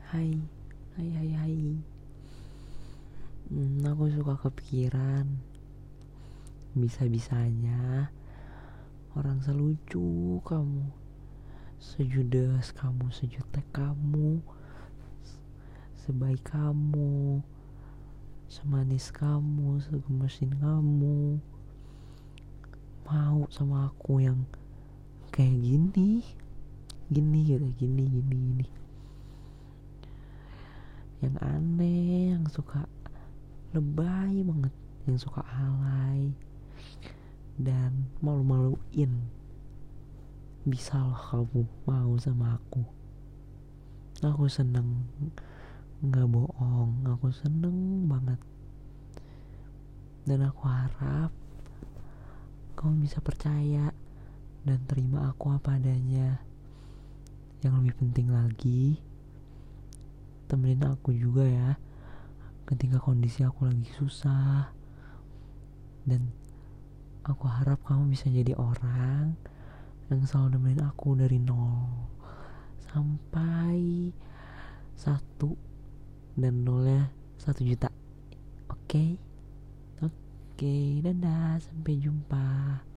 Hai, hai, hai, hai. Aku suka kepikiran. Bisa-bisanya orang selucu kamu, sejudes kamu, sejutek kamu, sebaik kamu, semanis kamu, segemesin kamu, mau sama aku yang kayak gini, gini gitu, gini. Yang aneh, yang suka lebay banget, yang suka alay dan malu-maluin. Bisa loh kamu mau sama aku. Aku seneng, nggak bohong, aku seneng banget. Dan aku harap kamu bisa percaya dan terima aku apa adanya. Yang lebih penting lagi, temenin aku juga ya ketika kondisi aku lagi susah. Dan aku harap kamu bisa jadi orang yang selalu nemenin aku dari nol sampai satu, dan nolnya 1 juta. Oke? Oke, dadah, sampai jumpa.